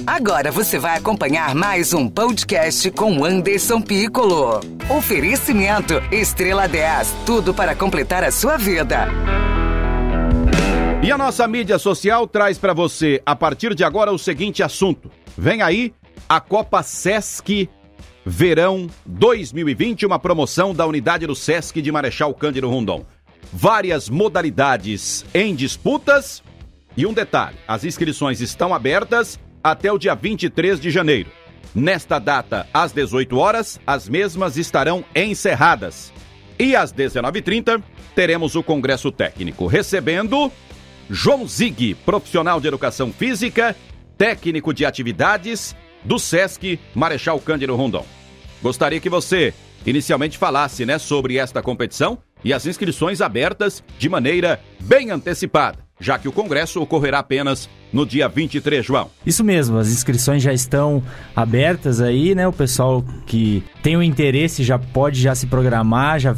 Agora você vai acompanhar mais um podcast com Anderson Piccolo. Oferecimento Estrela 10, tudo para completar a sua vida. E a nossa mídia social traz para você, a partir de agora, o seguinte assunto. Vem aí a Copa Sesc Verão 2020, uma promoção da unidade do Sesc de Marechal Cândido Rondon. Várias modalidades em disputas e um detalhe, as inscrições estão abertas até o dia 23 de janeiro. Nesta data, às 18 horas, as mesmas estarão encerradas. E às 19h30, teremos o Congresso Técnico, recebendo João Zig, profissional de Educação Física, técnico de atividades do Sesc Marechal Cândido Rondon. Gostaria que você inicialmente falasse, sobre esta competição e as inscrições abertas de maneira bem antecipada, já que o congresso ocorrerá apenas no dia 23, João. Isso mesmo, as inscrições já estão abertas aí, O pessoal que tem o interesse já pode se programar, já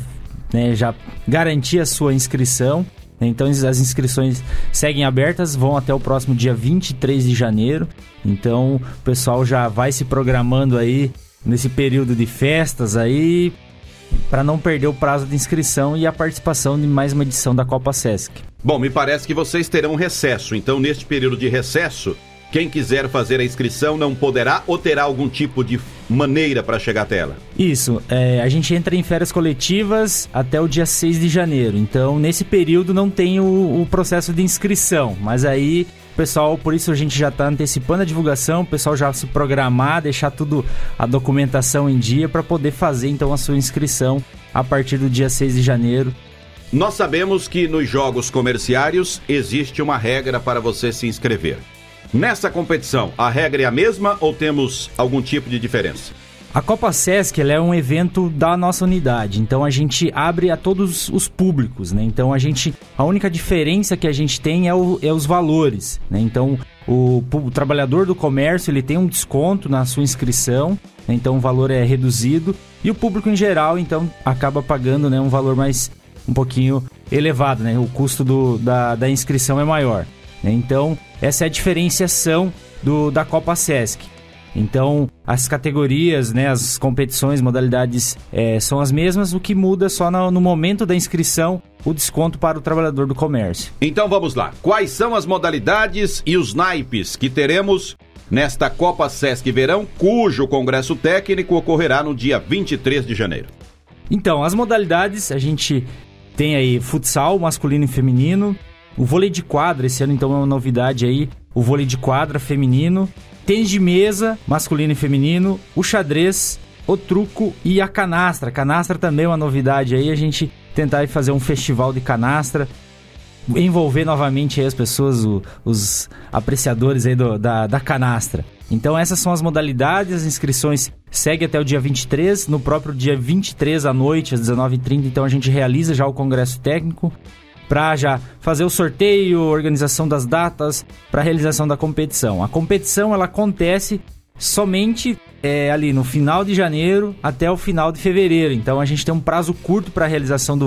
garantir a sua inscrição. Então as inscrições seguem abertas, vão até o próximo dia 23 de janeiro. Então o pessoal já vai se programando aí nesse período de festas aí, para não perder o prazo de inscrição e a participação de mais uma edição da Copa Sesc. Bom, me parece que vocês terão recesso, então neste período de recesso, quem quiser fazer a inscrição não poderá ou terá algum tipo de maneira para chegar até ela? Isso, a gente entra em férias coletivas até o dia 6 de janeiro, então nesse período não tem o processo de inscrição, mas aí o pessoal, por isso a gente já está antecipando a divulgação, o pessoal já se programar, deixar tudo, a documentação em dia para poder fazer então a sua inscrição a partir do dia 6 de janeiro. Nós sabemos que nos jogos comerciários existe uma regra para você se inscrever. Nessa competição, a regra é a mesma ou temos algum tipo de diferença? A Copa Sesc ela é um evento da nossa unidade, então a gente abre a todos os públicos, Então a única diferença que a gente tem é os valores, Então o trabalhador do comércio ele tem um desconto na sua inscrição, então o valor é reduzido, e o público em geral então acaba pagando um valor mais um pouquinho elevado, O custo da inscrição é maior. Então essa é a diferenciação da Copa Sesc. Então, as categorias, as competições, modalidades são as mesmas, o que muda só no momento da inscrição, o desconto para o trabalhador do comércio. Então vamos lá, quais são as modalidades e os naipes que teremos nesta Copa Sesc Verão, cujo Congresso Técnico ocorrerá no dia 23 de janeiro? Então, as modalidades, a gente tem aí futsal, masculino e feminino, o vôlei de quadra, esse ano então é uma novidade aí, o vôlei de quadra feminino, tênis de mesa, masculino e feminino, o xadrez, o truco e a canastra. Canastra também é uma novidade aí, a gente tentar fazer um festival de canastra, envolver novamente aí as pessoas, os apreciadores aí da canastra. Então essas são as modalidades, as inscrições seguem até o dia 23, no próprio dia 23 à noite, às 19h30, então a gente realiza já o Congresso Técnico, para já fazer o sorteio, organização das datas, para a realização da competição. A competição ela acontece somente ali no final de janeiro até o final de fevereiro. Então a gente tem um prazo curto para a realização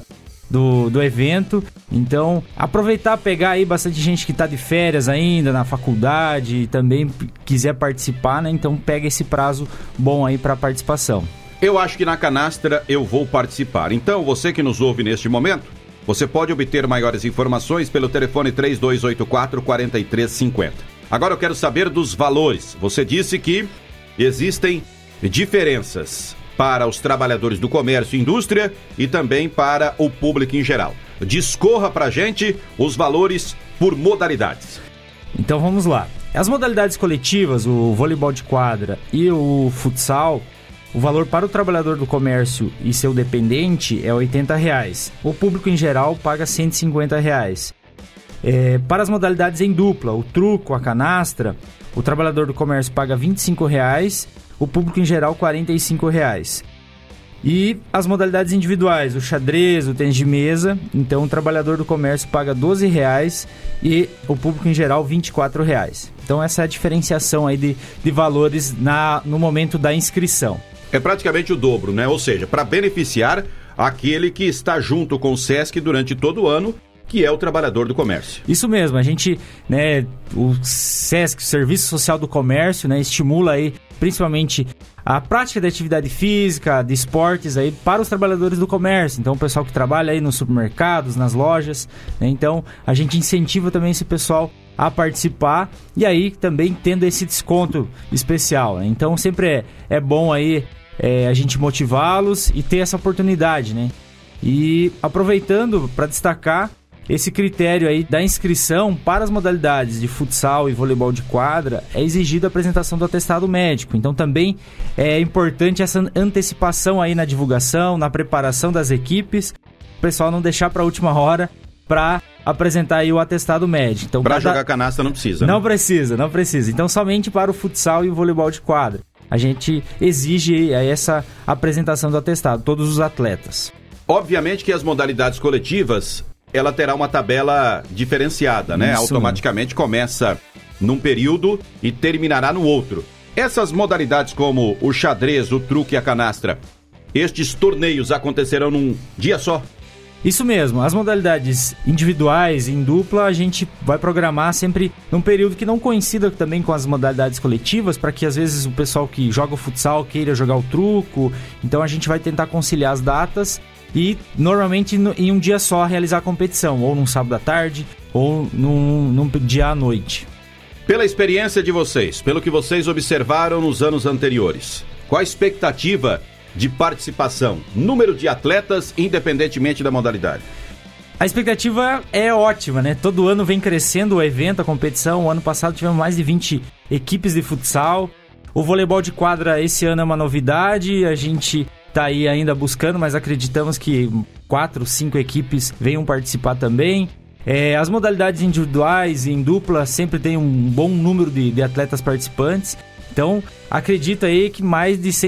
do evento. Então aproveitar, pegar aí bastante gente que está de férias ainda na faculdade e também quiser participar, Então pega esse prazo bom aí para a participação. Eu acho que na canastra eu vou participar. Então você que nos ouve neste momento, você pode obter maiores informações pelo telefone 3284-4350. Agora eu quero saber dos valores. Você disse que existem diferenças para os trabalhadores do comércio e indústria e também para o público em geral. Discorra pra gente os valores por modalidades. Então vamos lá. As modalidades coletivas, o voleibol de quadra e o futsal, o valor para o trabalhador do comércio e seu dependente é R$ 80. O público em geral paga R$ 150. Para as modalidades em dupla, o truco, a canastra, o trabalhador do comércio paga R$ 25, o público em geral R$ 45. E as modalidades individuais, o xadrez, o tênis de mesa, então o trabalhador do comércio paga R$ 12 e o público em geral R$ 24. Então essa é a diferenciação aí de valores no momento da inscrição. É praticamente o dobro, Ou seja, para beneficiar aquele que está junto com o Sesc durante todo o ano que é o trabalhador do comércio. Isso mesmo, a gente, né, o SESC, o Serviço Social do Comércio, né, estimula aí principalmente a prática de atividade física, de esportes aí para os trabalhadores do comércio. Então, o pessoal que trabalha aí nos supermercados, nas lojas, né, então a gente incentiva também esse pessoal a participar e aí também tendo esse desconto especial, né? Então, sempre é bom aí a gente motivá-los e ter essa oportunidade, né? E aproveitando para destacar esse critério aí da inscrição para as modalidades de futsal e voleibol de quadra, é exigida a apresentação do atestado médico. Então também é importante essa antecipação aí na divulgação, na preparação das equipes, o pessoal não deixar para a última hora para apresentar aí o atestado médico. Então, para jogar canastra não precisa, né? Não precisa. Então somente para o futsal e o voleibol de quadra. A gente exige essa apresentação do atestado, todos os atletas. Obviamente que as modalidades coletivas, ela terá uma tabela diferenciada, né? Isso. Automaticamente começa num período e terminará no outro. Essas modalidades como o xadrez, o truque e a canastra, estes torneios acontecerão num dia só? Isso mesmo, as modalidades individuais e em dupla a gente vai programar sempre num período que não coincida também com as modalidades coletivas, para que às vezes o pessoal que joga o futsal queira jogar o truco, então a gente vai tentar conciliar as datas e normalmente em um dia só realizar a competição, ou num sábado à tarde ou num dia à noite. Pela experiência de vocês, pelo que vocês observaram nos anos anteriores, qual a expectativa de participação, número de atletas, independentemente da modalidade? A expectativa é ótima, né? Todo ano vem crescendo o evento, a competição. O ano passado tivemos mais de 20 equipes de futsal. O voleibol de quadra esse ano é uma novidade, a gente tá aí ainda buscando, mas acreditamos que 4, 5 equipes venham participar também. As modalidades individuais e em dupla sempre tem um bom número de atletas participantes. Então, acredito aí que mais de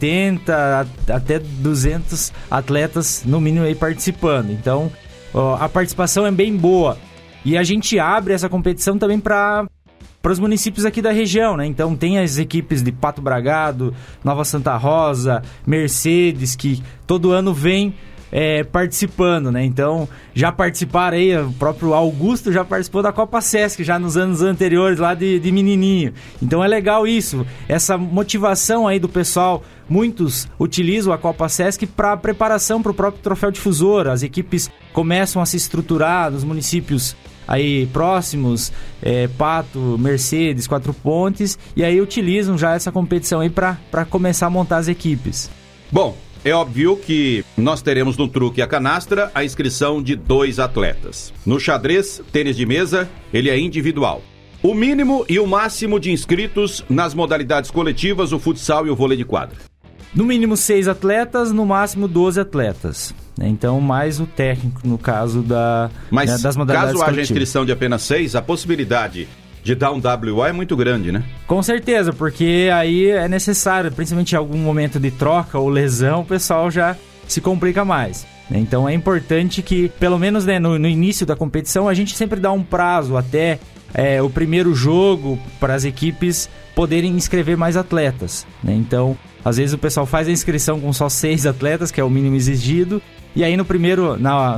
180 até 200 atletas, no mínimo, aí participando. Então, a participação é bem boa. E a gente abre essa competição também para os municípios aqui da região, né? Então, tem as equipes de Pato Bragado, Nova Santa Rosa, Mercedes, que todo ano vem participando, né? Então, já participaram aí, o próprio Augusto já participou da Copa Sesc, já nos anos anteriores, lá de menininho. Então, é legal isso, essa motivação aí do pessoal. Muitos utilizam a Copa Sesc para preparação para o próprio Troféu Difusor. As equipes começam a se estruturar nos municípios aí próximos, Pato, Mercedes, Quatro Pontes, e aí utilizam já essa competição aí para começar a montar as equipes. Bom, é óbvio que nós teremos no truque e a canastra a inscrição de 2 atletas. No xadrez, tênis de mesa, ele é individual. O mínimo e o máximo de inscritos nas modalidades coletivas, o futsal e o vôlei de quadra. No mínimo 6 atletas, no máximo 12 atletas. Então, mais o técnico, no caso das modalidades coletivas. Caso haja inscrição de apenas 6, a possibilidade de dar um WO é muito grande, né? Com certeza, porque aí é necessário, principalmente em algum momento de troca ou lesão, o pessoal já se complica mais. Então é importante que, pelo menos, né, no início da competição, a gente sempre dá um prazo até o primeiro jogo para as equipes poderem inscrever mais atletas, né? Então, às vezes o pessoal faz a inscrição com só 6 atletas, que é o mínimo exigido, e aí no primeiro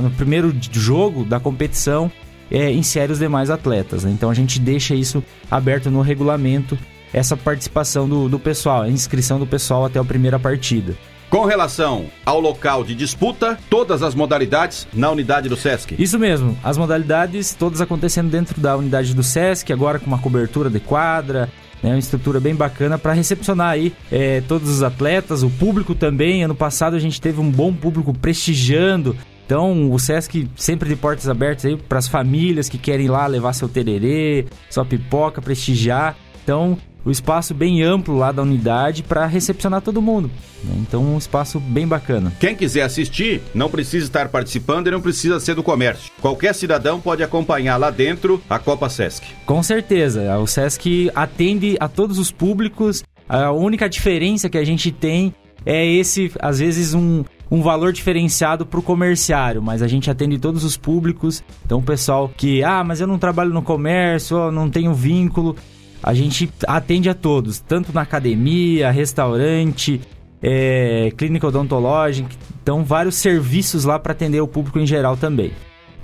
jogo da competição insere os demais atletas, né? Então a gente deixa isso aberto no regulamento, essa participação do pessoal, a inscrição do pessoal até a primeira partida. Com relação ao local de disputa, todas as modalidades na unidade do SESC? Isso mesmo, as modalidades todas acontecendo dentro da unidade do SESC, agora com uma cobertura de quadra, né, uma estrutura bem bacana para recepcionar aí todos os atletas, o público também. Ano passado a gente teve um bom público prestigiando. Então, o SESC sempre de portas abertas aí para as famílias que querem ir lá levar seu tererê, sua pipoca, prestigiar. Então, o espaço bem amplo lá da unidade para recepcionar todo mundo. Então, um espaço bem bacana. Quem quiser assistir, não precisa estar participando e não precisa ser do comércio. Qualquer cidadão pode acompanhar lá dentro a Copa SESC. Com certeza. O SESC atende a todos os públicos. A única diferença que a gente tem é esse, às vezes, um valor diferenciado para o comerciário, mas a gente atende todos os públicos. Então o pessoal que, mas eu não trabalho no comércio, não tenho vínculo, a gente atende a todos, tanto na academia, restaurante, clínica odontológica, então vários serviços lá para atender o público em geral também.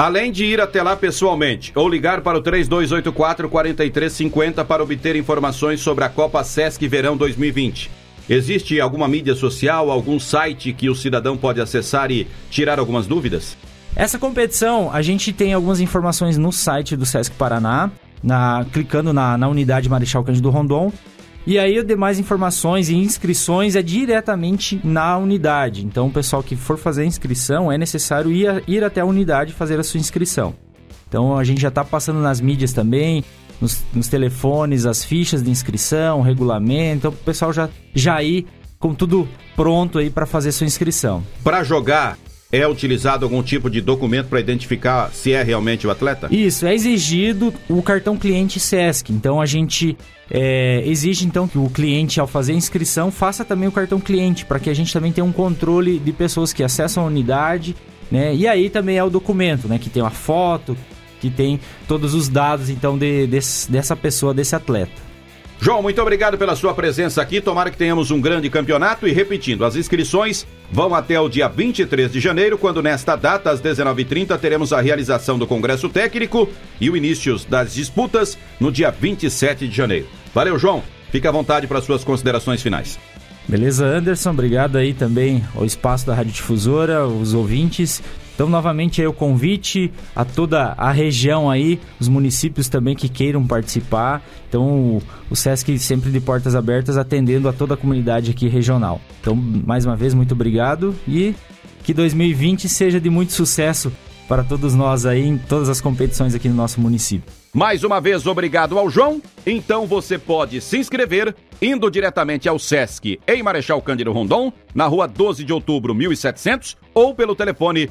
Além de ir até lá pessoalmente ou ligar para o 3284-4350 para obter informações sobre a Copa Sesc Verão 2020. Existe alguma mídia social, algum site que o cidadão pode acessar e tirar algumas dúvidas? Essa competição, a gente tem algumas informações no site do Sesc Paraná, clicando na unidade Marechal Cândido Rondon. E aí, as demais informações e inscrições é diretamente na unidade. Então, o pessoal que for fazer a inscrição, é necessário ir até a unidade e fazer a sua inscrição. Então, a gente já está passando nas mídias também, nos telefones, as fichas de inscrição, o regulamento. Então, o pessoal já ir com tudo pronto aí para fazer sua inscrição. Para jogar, é utilizado algum tipo de documento para identificar se é realmente o atleta? Isso, é exigido o cartão cliente Sesc. Então, a gente exige então que o cliente, ao fazer a inscrição, faça também o cartão cliente, para que a gente também tenha um controle de pessoas que acessam a unidade, né? E aí também é o documento, né? Que tem uma foto, que tem todos os dados então dessa pessoa, desse atleta. João, muito obrigado pela sua presença aqui. Tomara que tenhamos um grande campeonato. E repetindo, as inscrições vão até o dia 23 de janeiro, quando nesta data, às 19h30, teremos a realização do Congresso Técnico e o início das disputas no dia 27 de janeiro. Valeu, João. Fique à vontade para suas considerações finais. Beleza, Anderson. Obrigado aí também ao espaço da Rádio Difusora, os ouvintes. Então, novamente, aí o convite a toda a região aí, os municípios também que queiram participar. Então, o Sesc sempre de portas abertas, atendendo a toda a comunidade aqui regional. Então, mais uma vez, muito obrigado e que 2020 seja de muito sucesso para todos nós aí em todas as competições aqui no nosso município. Mais uma vez, obrigado ao João. Então você pode se inscrever indo diretamente ao Sesc em Marechal Cândido Rondon, na rua 12 de outubro, 1700, ou pelo telefone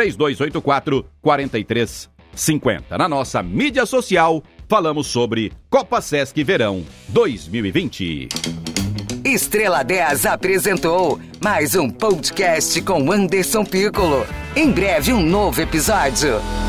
3284-4350. Na nossa mídia social, falamos sobre Copa Sesc Verão 2020. Estrela 10 apresentou mais um podcast com Anderson Piccolo. Em breve, um novo episódio.